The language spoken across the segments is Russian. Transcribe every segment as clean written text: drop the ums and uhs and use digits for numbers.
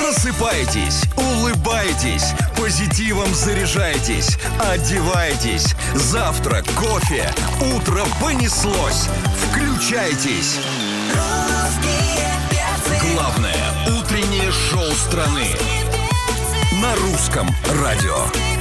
Просыпайтесь, улыбайтесь, позитивом заряжайтесь, одевайтесь. Завтрак, кофе, утро понеслось. Включайтесь. Главное утреннее шоу страны на русском радио.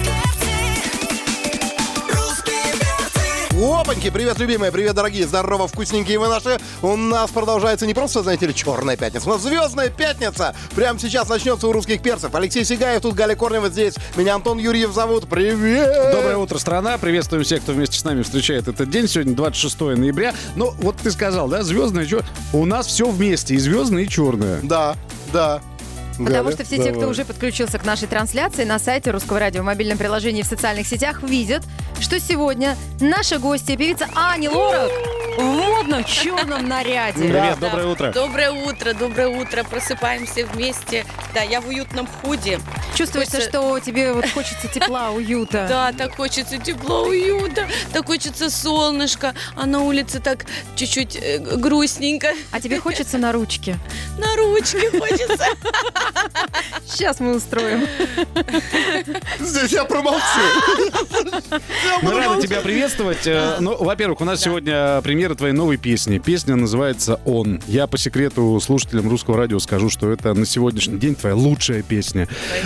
Опаньки, привет, любимые, привет, дорогие, здорово, вкусненькие вы наши. У нас продолжается не просто, знаете ли, черная пятница, но звездная пятница. Прямо сейчас начнется у русских перцев. Алексей Сигаев, тут Галя Корнева здесь. Меня Антон Юрьев зовут. Привет! Доброе утро, страна. Приветствуем всех, кто вместе с нами встречает этот день. Сегодня 26 ноября. Ну, вот ты сказал, да, звездное, у нас все вместе, и звездное, и черное. Да. Потому Галя, что все те, кто уже подключился к нашей трансляции на сайте Русского радио, в мобильном приложении, в социальных сетях, видят, что сегодня наша гостья, певица Ани Лорак, в модном черном наряде. Привет, доброе утро. Доброе утро. Просыпаемся вместе. Да, я в уютном худи. Чувствуется, что тебе вот хочется тепла, уюта. Да, так хочется тепла, уюта, так хочется солнышко, а на улице так чуть-чуть грустненько. А тебе хочется на ручке? На ручке хочется. Сейчас мы устроим. Здесь я промолчу. Мы рады тебя приветствовать. Ну, во-первых, у нас сегодня премьера твоей новой песни. Песня называется «Он». Я по секрету слушателям Русского радио скажу, что это на сегодняшний день твоя лучшая песня.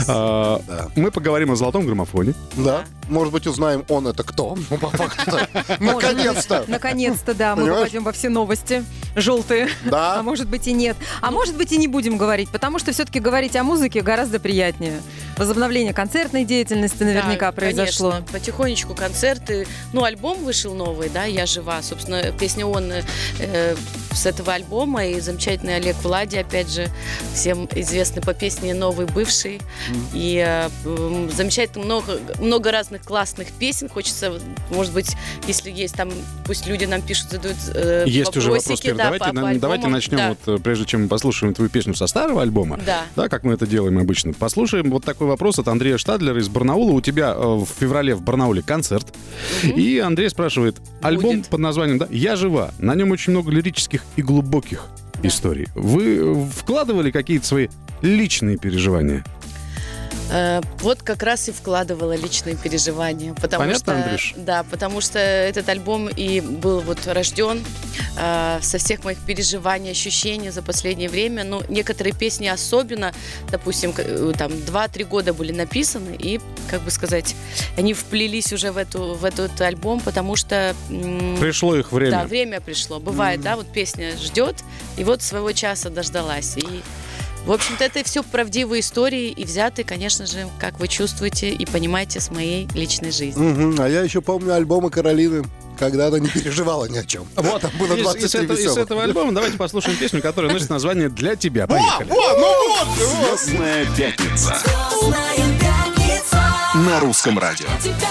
Мы поговорим о золотом граммофоне. Да. Может быть, узнаем, он это кто? Ну, по факту. Наконец-то. Наконец-то, да. Мы Понимаешь? попадем во все новости желтые. Да. А может быть и нет. А может быть и не будем говорить, потому что все-таки говорить о музыке гораздо приятнее. Возобновление концертной деятельности наверняка Да, произошло. Конечно, потихонечку концерты. Ну, альбом вышел новый, да, «Я жива». Собственно, песня «Он» с этого альбома. И замечательный Олег Влади, опять же, всем известный по песне «Новый бывший». И замечательно много разных классных песен. Хочется, может быть, если есть там, пусть люди нам пишут, задают Есть уже вопрос. вопросики. Да, Давайте начнем, да. вот, прежде чем мы послушаем твою песню со старого альбома, Да. как мы это делаем обычно. Послушаем вот такой вопрос от Андрея Штадлера из Барнаула. У тебя в феврале в Барнауле концерт. И Андрей спрашивает, альбом под названием «Я жива». На нем очень много лирических и глубоких историй. Вы вкладывали какие-то свои личные переживания? Вот как раз и вкладывала личные переживания. Понятно, Андрюш? Да, потому что этот альбом и был вот рожден со всех моих переживаний, ощущений за последнее время. Ну, некоторые песни особенно, допустим, там 2-3 года были написаны, и, как бы сказать, они вплелись уже в этот альбом, потому что... Пришло их время. Да, время пришло. Бывает, да, вот песня ждет, и вот своего часа дождалась. И в общем-то, это все правдивые истории и взяты, конечно же, как вы чувствуете и понимаете, с моей личной жизни. А я еще помню альбомы Каролины, когда она не переживала ни о чем. Вот, там было 23 из этого альбома давайте послушаем песню, которая носит название «Для тебя». Поехали. Звездная пятница на русском радио.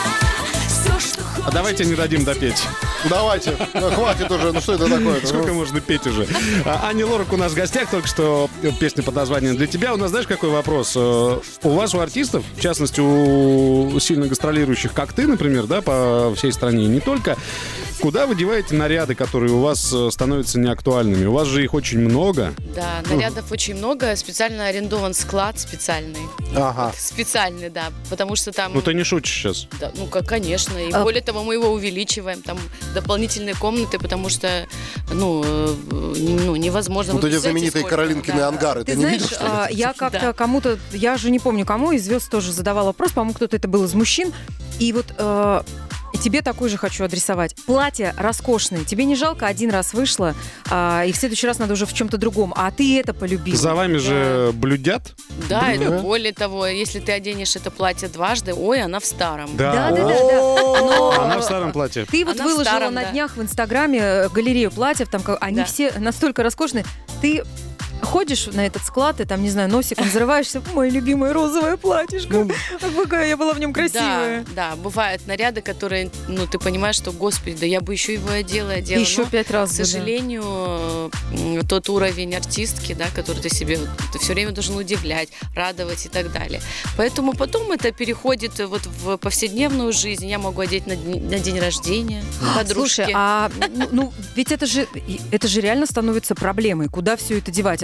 А давайте не дадим допеть. Давайте, хватит уже, ну что это такое? Сколько можно петь уже? Ани Лорак у нас в гостях, только что песня под названием «Для тебя». У нас, знаешь, какой вопрос? У вас, у артистов, в частности, у сильно гастролирующих, как ты, например, да, по всей стране, и не только, куда вы деваете наряды, которые у вас становятся неактуальными? У вас же их очень много. Да, нарядов очень много. Специально арендован склад специальный. Ага. Специальный, да, потому что там... Ну, ты не шутишь сейчас. Да, ну, конечно. И более того, мы его увеличиваем. Там дополнительные комнаты, потому что, невозможно. Вот эти знаменитые Каролинкины ангары, ты не знаешь, видел, что ли? я как-то кому-то, я же не помню кому, из звезд тоже задавала вопрос, по-моему, кто-то это был из мужчин, и вот тебе такой же хочу адресовать. Платье роскошное, тебе не жалко, один раз вышло, и в следующий раз надо уже в чем-то другом, а ты это полюбил. За вами же блюдят? Да, это более того, если ты оденешь это платье дважды, она в старом. Да. Она в старом платье. Ты вот Она в выложила старом, на да. днях в Инстаграме галерею платьев, там они Да. все настолько роскошные. Ты ходишь на этот склад, и там, не знаю, носиком взрываешься, мое любимое розовое платьишко. Какая я была в нем красивая. Да, бывают наряды, которые, ты понимаешь, что, господи, да я бы еще его одела. Еще 5 раз. К сожалению, тот уровень артистки, да, который ты все время должен удивлять, радовать и так далее. Поэтому потом это переходит вот в повседневную жизнь. Я могу одеть на день рождения подружки. Слушай, ведь это же реально становится проблемой. Куда все это девать?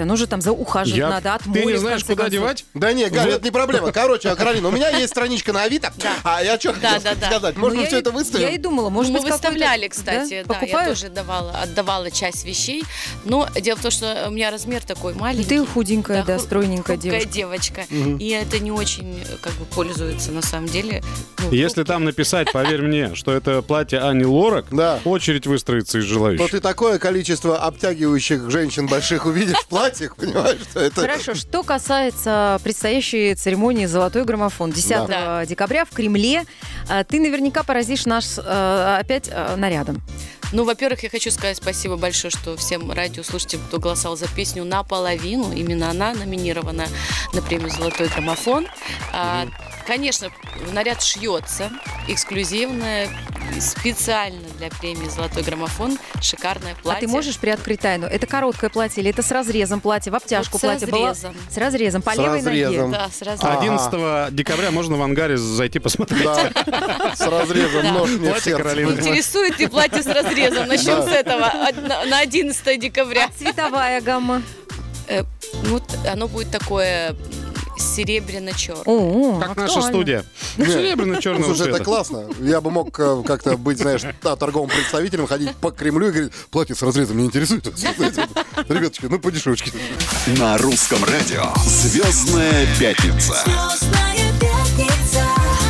оно же там ухаживать надо, от моря. Ты не в знаешь, конце куда концов. девать? Да не, Галя, это не проблема. Короче, Каролина, у меня есть страничка на Авито. А я что хотел сказать? Может, мы все это выставим? Я и думала, может Мы быть, выставляли, какой-то, кстати, да, я покупают? тоже отдавала часть вещей. Но дело в том, что у меня размер такой маленький. Ты худенькая, да, стройненькая хрупкая девушка. И это не очень пользуется на самом деле. Если там написать, поверь мне, что это платье Ани Лорак, Да. очередь выстроится из То желающих. ты такое количество обтягивающих женщин больших увидишь в платьях, понимаешь, что это... Хорошо, что касается предстоящей церемонии «Золотой граммофон» 10 Да. декабря в Кремле, ты наверняка поразишь нас опять нарядом. Ну, во-первых, я хочу сказать спасибо большое, что всем радиослушателям, кто голосовал за песню «Наполовину». Именно она номинирована на премию «Золотой граммофон». Конечно, наряд шьется эксклюзивно, специально для премии «Золотой граммофон». Шикарное платье. А ты можешь приоткрыть тайну? Это короткое платье или это с разрезом платье, в обтяжку Вот с платье? Было? разрезом. С разрезом, по С левой разрезом. ноге. Да, сразу. 11 декабря можно в ангаре зайти посмотреть. Да, с разрезом нож мне в Платье сердце. Каролины. Интересует ли платье с разрезом? Начнем с этого. На 11 декабря. Цветовая гамма. Вот оно будет такое серебряно-черное. О, Как наша актуально. студия. Серебряно-черного Слушай, это цвета. классно. Я бы мог как-то быть, знаешь, торговым представителем, ходить по Кремлю и говорить, платье с разрезом не интересует. Ребяточки, ну по дешевочке. На русском радио «Звездная пятница». Звездная пятница.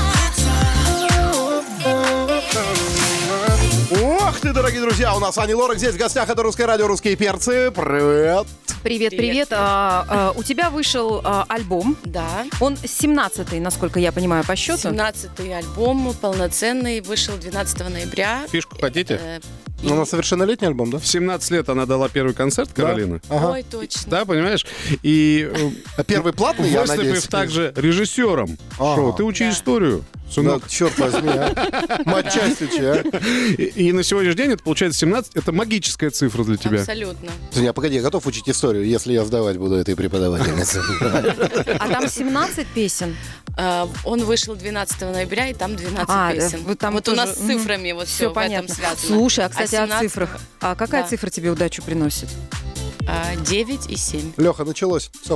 Ох ты, дорогие друзья, у нас Ани Лорак здесь в гостях. Это Русское радио «Русские перцы». Привет. Привет, привет. Привет. У тебя вышел альбом. Да. Он 17-й, насколько я понимаю, по счету. 17-й альбом полноценный вышел 12 ноября. Фишку хотите? У нас совершеннолетний альбом, да? В 17 лет она дала первый концерт, Каролина. Ага. Ой, точно. Да, понимаешь? И А первый платный, я надеюсь. выступив также режиссером Ага. шоу, ты учи Да. историю, Да, сынок. черт возьми, а. Мать частичи, а. И на сегодняшний день это получается 17, это магическая цифра для тебя. Абсолютно. Женя, погоди, я готов учить историю, если я сдавать буду этой преподавательнице. А там 17 песен. Он вышел 12 ноября, и там 12 песен. вот там у тоже, нас с цифрами вот все в этом связано. Слушай, а, кстати, о 17-го, цифрах. А какая Да. цифра тебе удачу приносит? 9 и 7. Леха, началось. Все.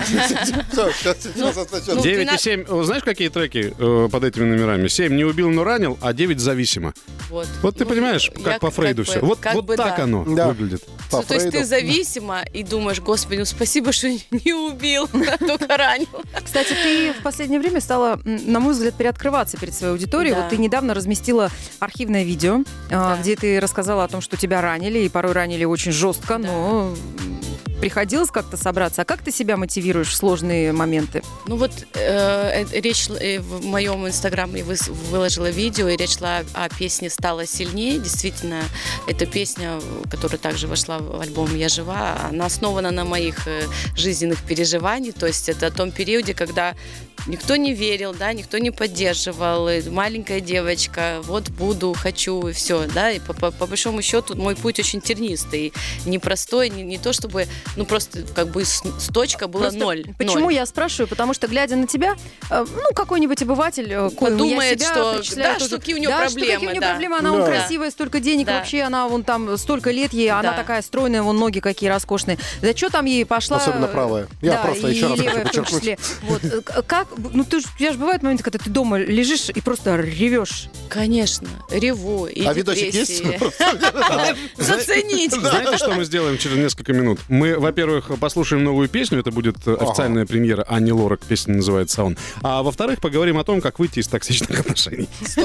Сейчас. Ну, 9 и 7, знаешь, какие треки под этими номерами? 7 не убил, но ранил, а 9 зависимо. Вот. Вот ты Ну, понимаешь, я как по Фрейду бы- все. Вот как бы так да. оно Да. выглядит. По То есть ты Фрейду. зависима и думаешь, господи, ну спасибо, что не убил, а только ранил. Кстати, ты в последнее время стала, на мой взгляд, переоткрываться перед своей аудиторией. Да. Вот ты недавно разместила архивное видео, где ты рассказала о том, что тебя ранили, и порой ранили очень жестко, Да. но приходилось как-то собраться. А как ты себя мотивируешь в сложные моменты? Ну вот речь в моем инстаграме выложила видео, и речь шла о песне «Стала сильнее». Действительно, эта песня, которая также вошла в альбом «Я жива», она основана на моих жизненных переживаниях. То есть это о том периоде, когда никто не верил, да, никто не поддерживал. И маленькая девочка, вот буду, хочу, и все. Да? И по большому счету мой путь очень тернистый, непростой, не то чтобы, ну просто как бы с точка была Просто ноль. Почему ноль. я спрашиваю? Потому что, глядя на тебя, ну, какой-нибудь обыватель, коему Подумает, я себя что причисляю да, тоже, что какие у нее да, что проблемы, какие у нее да. проблемы, она Да. вон красивая, столько денег, Да. вообще она вон там столько лет ей, а она Да. такая стройная, вон ноги какие роскошные. Да что там ей пошла? Особенно правая. Я Да, просто и еще раз хочу левая в том подчеркнуть. числе. Вот, как, ну ты у тебя же бывают моменты, когда ты дома лежишь и просто ревешь. Конечно, реву и А видосик есть? депрессии. Заценить. Знаете, что мы сделаем через несколько минут? Мы, во-первых, послушаем новую песню. Это будет официальная премьера Ани Лорак. Песня называется «Он». А во-вторых, поговорим о том, как выйти из токсичных отношений.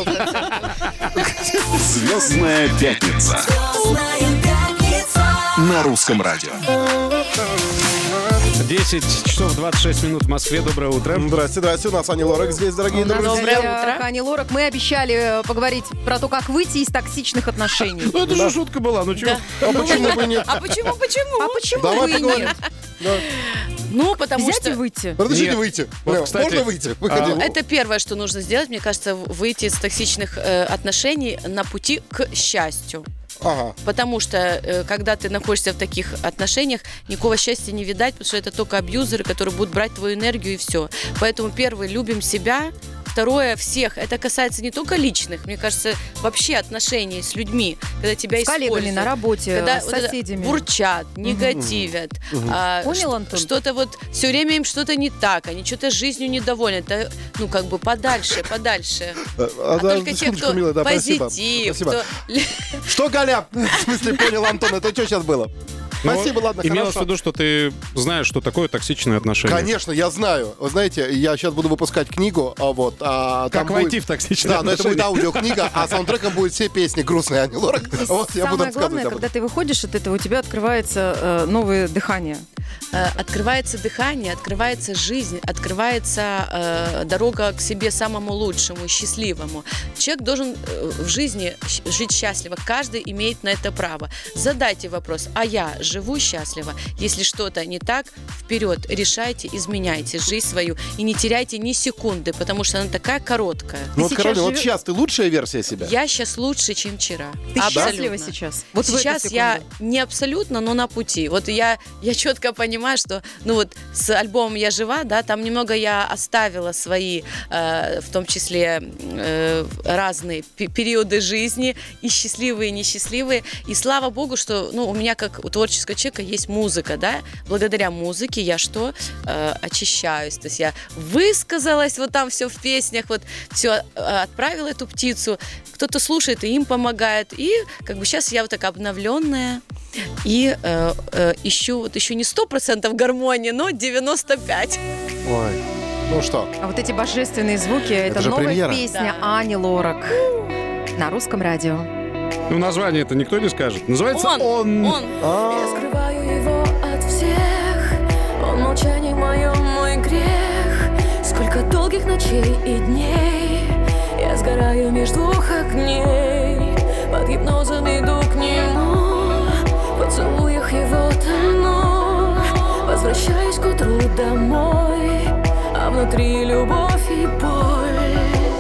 «Звездная пятница» Звездная пятница. на русском радио. 10 часов 26 минут в Москве. Доброе утро. Здрасте, здрасте. У нас Ани Лорак здесь, дорогие У нас друзья. Доброе гостях утро. Ани Лорак. Мы обещали поговорить про то, как выйти из токсичных отношений. Ну, это же шутка была. Ну, чего? А почему бы нет? А почему? А почему Давай бы и поговорим. нет? Ну, потому Взять и что выйти. Разрешите Нет. выйти. Вот, Лев, кстати, можно выйти? Выходи. это первое, что нужно сделать, мне кажется, выйти из токсичных отношений на пути к счастью. Ага. Потому что, когда ты находишься в таких отношениях, никакого счастья не видать, потому что это только абьюзеры, которые будут брать твою энергию и все. Поэтому, первое, любим себя. второе, всех. Это касается не только личных, мне кажется, вообще отношений с людьми, когда тебя С коллегами используют. на работе, Когда с вот это соседями. бурчат, негативят. Понял, Антон? Что-то вот, все время им что-то не так, они что-то жизнью недовольны. Это, ну, как бы подальше. А только те, секундочку, кто милая, да, спасибо. позитив, Спасибо. кто... Что, Галя? В смысле, понял, Антон, это что сейчас было? Ну, Спасибо, ладно, имелось в хорошо. виду, что ты знаешь, что такое токсичные отношения. Конечно, я знаю. Вы знаете, я сейчас буду выпускать книгу, Как там войти будет- в токсичные Да, но это будет отношения. аудиокнига, а саундтреком будут все песни грустные Ани Лорак. И Вот я буду самое рассказывать главное, об когда этом. ты выходишь от этого, у тебя открывается новое дыхание. Открывается дыхание, открывается жизнь, открывается дорога к себе самому лучшему, счастливому. Человек должен в жизни жить счастливо. Каждый имеет на это право. Задайте вопрос: а я живу счастливо? Если что-то не так, вперед, решайте, изменяйте жизнь свою и не теряйте ни секунды, потому что она такая короткая. Ну вот, сейчас Каролина, вот живешь- сейчас ты лучшая версия себя? Я сейчас лучше, чем вчера. Ты Абсолютно. счастлива сейчас? Вот в эту Сейчас секунду. я не абсолютно, но на пути. Вот я четко понимаю, что, ну вот с альбомом «Я жива», да, там немного я оставила свои, в том числе разные периоды жизни, и счастливые, и несчастливые. И слава богу, что, ну, у меня как у творческого человека есть музыка, да. Благодаря музыке я что? Очищаюсь. То есть я высказалась, вот там все в песнях, вот все отправила эту птицу. Кто-то слушает, и им помогает. И как бы сейчас я вот такая обновленная. И ищу вот еще не 100% гармонии, но 95%. Ой, ну что, А вот эти божественные звуки, это же новая премьера. песня Да. Ани Лорак на русском радио. Ну, название это никто не скажет. Называется «Он». Я скрываю его от всех. Он молчание мое, мой грех. Сколько долгих ночей и дней я сгораю между двух огней. Под гипнозом иду к нему, в поцелуях его тону. Возвращаюсь к утру домой, а внутри любовь и боль.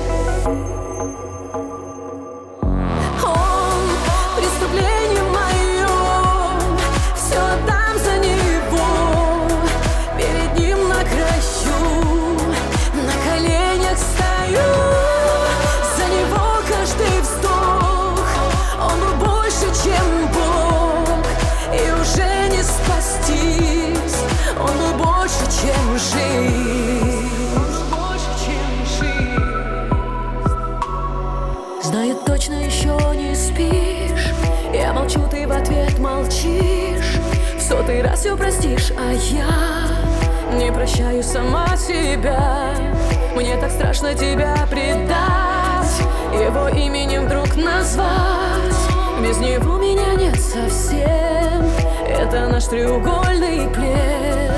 Он преступление мое, все отдам за него. Перед ним на краю, на коленях стою. За него каждый вздох, он был больше, чем Бог. И уже не спастись, он был больше, чем жизнь. Больше, чем жизнь. Знаю точно, еще не спишь. Я молчу, ты в ответ молчишь. В 100-й раз все простишь, а я не прощаю сама себя. Мне так страшно тебя предать, его именем вдруг назвать. Без него меня нет совсем. Это наш треугольный плен.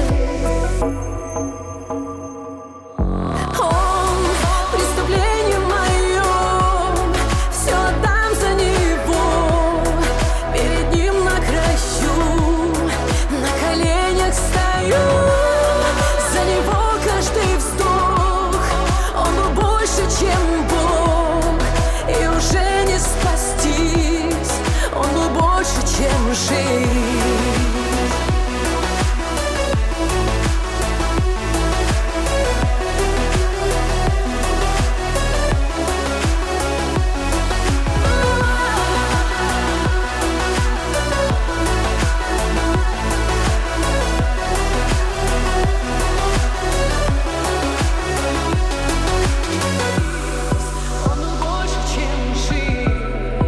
Он преступление мое, все отдам за него. Перед ним на краю, на коленях стою. За него каждый вздох, он был больше, чем Бог. И уже не спастись, он был больше, чем жизнь. Он был больше, чем жизнь.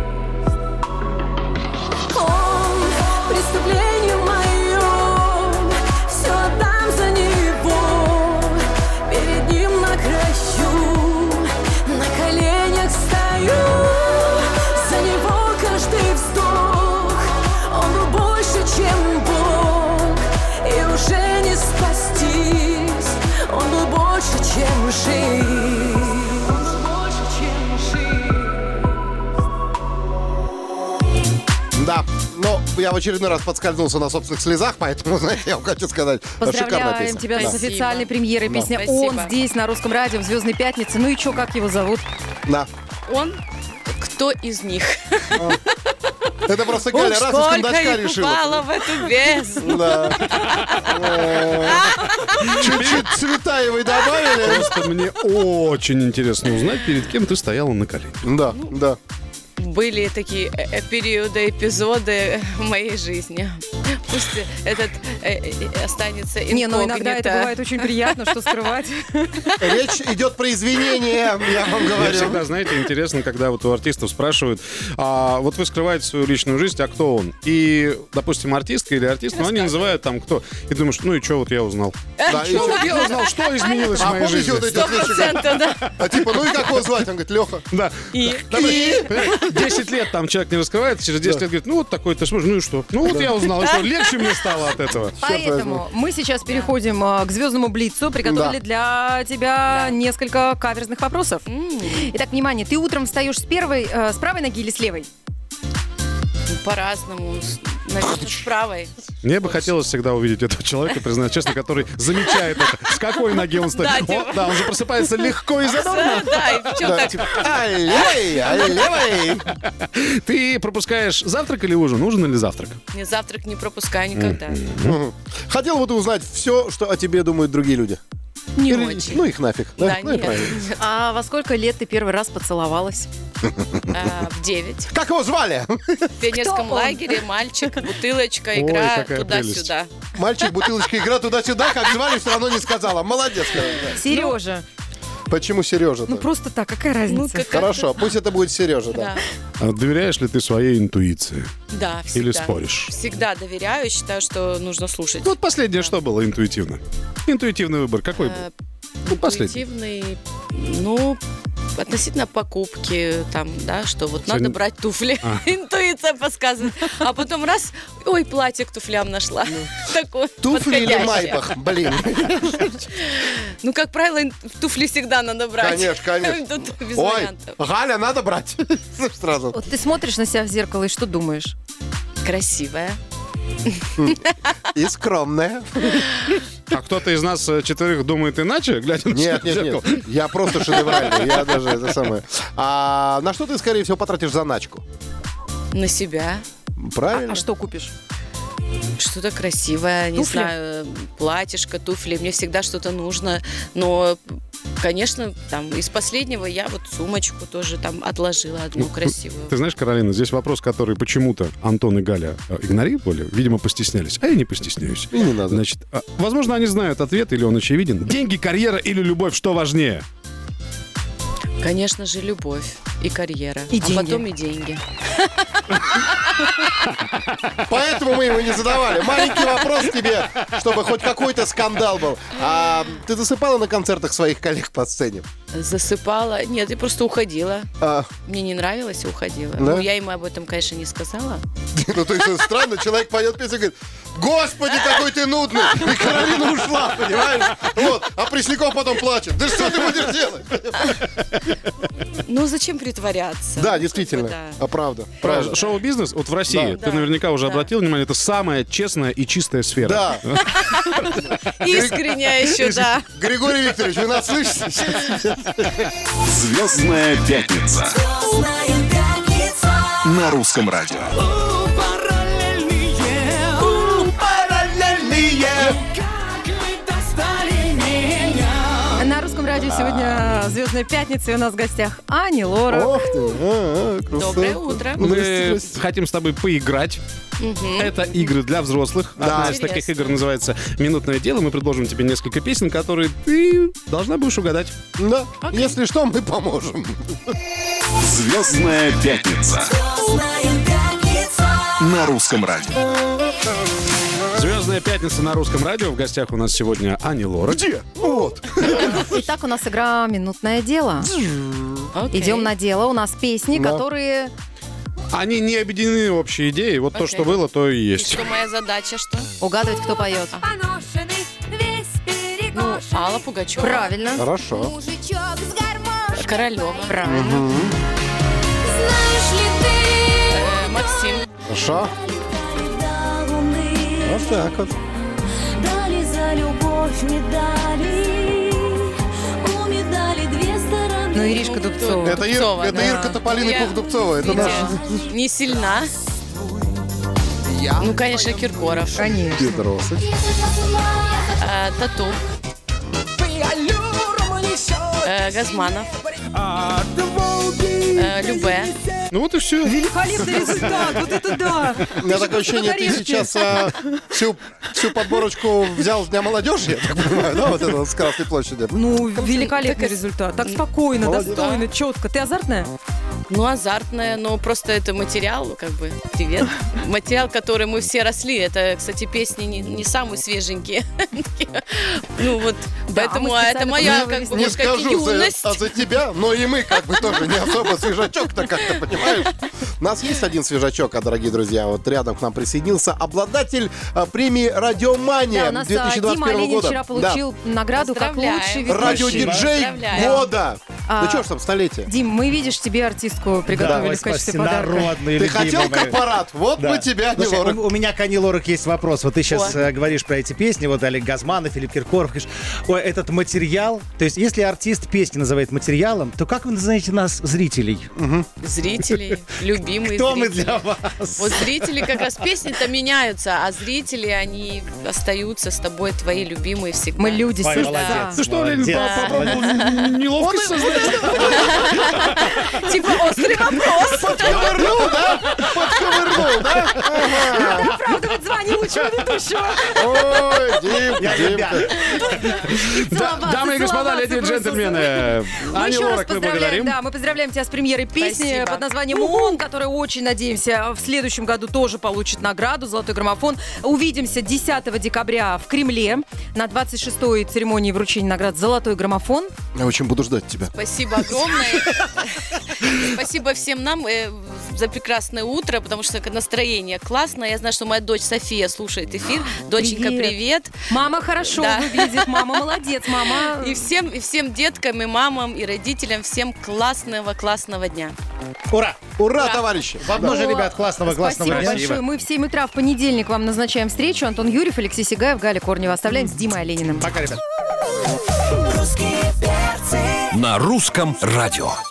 Он преступление мое, все отдам за него. Перед ним на краю, на коленях стою. За него каждый вздох, он был больше, чем Бог. И уже не спастись, он был больше, чем жизнь. Он был больше, чем жизнь. да. Но я в очередной раз подскользнулся на собственных слезах, поэтому, знаете, я вам хочу сказать, шикарная Поздравляем песня. тебя Да. с официальной премьерой. Да. Песня Спасибо. «Он» здесь, на русском радио, в «Звездной пятнице». Ну и чё, как его зовут? Да. Он кто из них? Это просто Галя Уж раз из сколько кондачка их решила. упало в эту бездну. Да. Чуть-чуть Цветаевой добавили. Просто мне очень интересно узнать, перед кем ты стояла на коленях. Да, да. Были такие периоды, эпизоды в моей жизни. Пусть этот останется инкогнито. Не, ну иногда это бывает очень приятно, что скрывать. Речь идет про извинения, я вам Мне говорю. всегда, знаете, интересно, когда вот у артистов спрашивают, вот вы скрываете свою личную жизнь, а кто он? И, допустим, артистка или артист, но они называют там кто. И думаешь, ну и что вот я узнал? Да, и чё? Вот я узнал, что изменилось в А моей помните жизни. вот эти вот вещи? 100%, да. А типа, ну и как его звать? Он говорит, Леха. Да. И 10 лет там человек не раскрывается, через 10 лет говорит, ну вот такой ты смотришь, ну и что? Ну вот я узнал, и что, легче мне стало от этого. Поэтому мы сейчас переходим к звездному блицу. Приготовили для тебя несколько каверзных вопросов. Итак, внимание, ты утром встаешь с правой ноги или с левой? по-разному. Наверное, с правой. Мне бы хотелось всегда увидеть этого человека, признать честно, который замечает это. С какой ноги он стоит. Да, он же просыпается легко и задорно. Да, и причем так. Левой. Ты пропускаешь завтрак или ужин? Ужин или завтрак? Не, завтрак не пропускаю никогда. Хотел бы ты узнать все, что о тебе думают другие люди? Не Или- очень. Ну, их нафиг. Да, Ну и нет. правильно. А во сколько лет ты первый раз поцеловалась? В 9. Как его звали? В пионерском Кто он? лагере мальчик, бутылочка, Ой, игра какая туда-сюда. Мальчик, бутылочка, игра туда-сюда. Как звали, все равно не сказала. Молодец, короче. Сережа. Почему Сережа? Ну просто так, какая разница? как- Хорошо, пусть это будет Сережа, да. Да. А доверяешь ли ты своей интуиции? Да, всегда. Или споришь? Всегда доверяю, считаю, что нужно слушать. Вот последнее, что было интуитивно? Интуитивный выбор какой был? Ну, последний. Интуитивный, ну, относительно покупки, там, да, что вот Сегодня- надо брать туфли. Интуиция подсказывает. А потом раз, ой, платье к туфлям нашла. Такое Туфли или подходящее. майбах? Блин. Ну, как правило, туфли всегда надо брать. Конечно, конечно. Тут без Ой, вариантов. Галя, надо брать. Сразу. Вот ты смотришь на себя в зеркало и что думаешь? Красивая. И скромная. А кто-то из нас четверых думает иначе, глядя на себя Нет, в нет, зеркало? нет. Я просто шедевральный. Я даже это самое. А на что ты, скорее всего, потратишь заначку? На себя. Правильно? А что купишь? Что-то красивое, не Туфли? знаю, платьишко, туфли. Мне всегда что-то нужно. Но, конечно, там из последнего я вот сумочку тоже там отложила одну красивую. Ты знаешь, Каролина, здесь вопрос, который почему-то Антон и Галя игнорировали, видимо, постеснялись. А я не постесняюсь. И не надо. Значит, возможно, они знают ответ, или он очевиден. Деньги, карьера или любовь, что важнее? Конечно же, любовь и карьера. И а деньги. потом и деньги. Поэтому мы его не задавали. Маленький вопрос тебе, чтобы хоть какой-то скандал был. А ты засыпала на концертах своих коллег по сцене? Засыпала. Нет, я просто уходила. А, Мне не нравилось и уходила. Да? Ну, я ему об этом, конечно, не сказала. ну, то есть это странно, человек поет песню и говорит: Господи, какой ты нудный! И Каролина ушла, понимаешь? Вот, а Пресняков потом плачет. Да что ты будешь делать? Ну, зачем притворяться? Да, Ну, действительно. как бы, А правда. Правда. Шоу-бизнес, вот в России, Да. ты наверняка уже Да. обратил внимание, это самая честная и чистая сфера. Да. да. Искренне еще, да. Григорий Викторович, вы нас слышите? Звездная пятница Звездная пятница. на русском радио. На русском радио сегодня «Звездная пятница», и у нас в гостях Ани Лорак. Ох ты. Красотка. Доброе утро. Мы Здрасте, здрасте. хотим с тобой поиграть. Это игры для взрослых. Да. Одна из таких Интересно. игр называется «Минутное дело». Мы предложим тебе несколько песен, которые ты должна будешь угадать. Да. Если что, мы поможем. Звездная пятница Звездная пятница. на русском радио. «Звездная пятница» на русском радио. В гостях у нас сегодня Ани Лорак. Где? Вот. Итак, у нас игра «Минутное дело». Окей. Идем на дело. У нас песни, Да. которые... Они не объединены общей идеей. Вот то, Окей. что было, то и И есть. что моя задача, что? Угадывать, кто поет. Поношенный, весь Ну, перекошенный. Алла Пугачева. Правильно. Хорошо. Мужичок с гармошкой. Королева. Правильно. Знаешь ли ты, Максим. Хорошо. до луны Вот так вот. дали за любовь медали. У медали две стороны. Ну, Иришка Дубцова. Это Дубцова, это да. Ирка Тополина и Я- Пух Дубцова. Это наш. Не сильна. Ну, конечно, Киркоров. Конечно. Петросов. Тату. Газманов. Любе. Ну вот и все. Великолепный результат, вот это да. У меня такое ощущение, ты сейчас всю подборочку взял с Дня молодежи, я так понимаю, да, вот это вот с Красной площади. Ну, великолепный результат. Так спокойно, Молодец. достойно, четко. Ты азартная? Ну, азартная, но просто это материал, как бы, привет. Материал, который мы все росли. Это, кстати, песни не самые свеженькие. Ну вот, поэтому мы это моя, специально как бы, Не можно сказать, скажу юность. за тебя, но и мы как бы тоже не особо свежачок-то, как ты понимаешь. У нас есть один свежачок, дорогие друзья. Вот рядом к нам присоединился обладатель премии «Радиомания» Да, у нас 2021 Дима Оленин года. вчера получил награду как Поздравляем. лучший Да. ведущий. Радиодиджей Поздравляем. года. Ну что ж там, столетие. Дим, мы, видишь, тебе артистку приготовили в качестве подарка. Народные, Ты любимые хотел мои. корпорат? Вот Да. мы тебя, Слушай, Лорак. у меня к Ане Лорак есть вопрос. Вот ты сейчас О. говоришь про эти песни, вот Олег Газманов, Филипп Киркоров. Говоришь, ой, этот материал. То есть, если артист песни называет материалом, то как вы называете нас, зрителей? Зрители, любимые Кто мы зрители. для вас? Вот зрители как раз песни-то меняются, а зрители, они остаются с тобой, твои любимые всегда. Мы люди, Ой, сердца. молодец. Ты что, Ленин, Молодец. попробовал неловкость создать? Типа острый вопрос. Подковырнул, да? Подковырнул, да? Ага. Оправдывать звание лучшего ведущего. Ой, Димка, ребят. Целоваться, Дамы и господа, целоваться леди и просто. джентльмены, Мы Ани еще раз Лорак мы поздравляем, благодарим. да, мы поздравляем тебя с премьерой песни Спасибо. под названием «Он», которая, очень надеемся, в следующем году тоже получит награду «Золотой граммофон». Увидимся 10 декабря в Кремле на 26-й церемонии вручения наград «Золотой граммофон». Я очень буду ждать тебя. Спасибо огромное. Спасибо всем нам за прекрасное утро, потому что настроение классное. Я знаю, что моя дочь София слушает эфир. Доченька, привет. Мама хорошо Да. выглядит, мама молодец, мама... И всем деткам, и мамам, и родителям всем классного дня. Ура! Ура, товарищи! Вам тоже, О, ребят, классного Спасибо дня. большое. Мы в 7 утра в понедельник вам назначаем встречу. Антон Юрьев, Алексей Сигаев, Галя Корнева. Оставляем с Димой Олениным. Пока, ребят. На русском радио.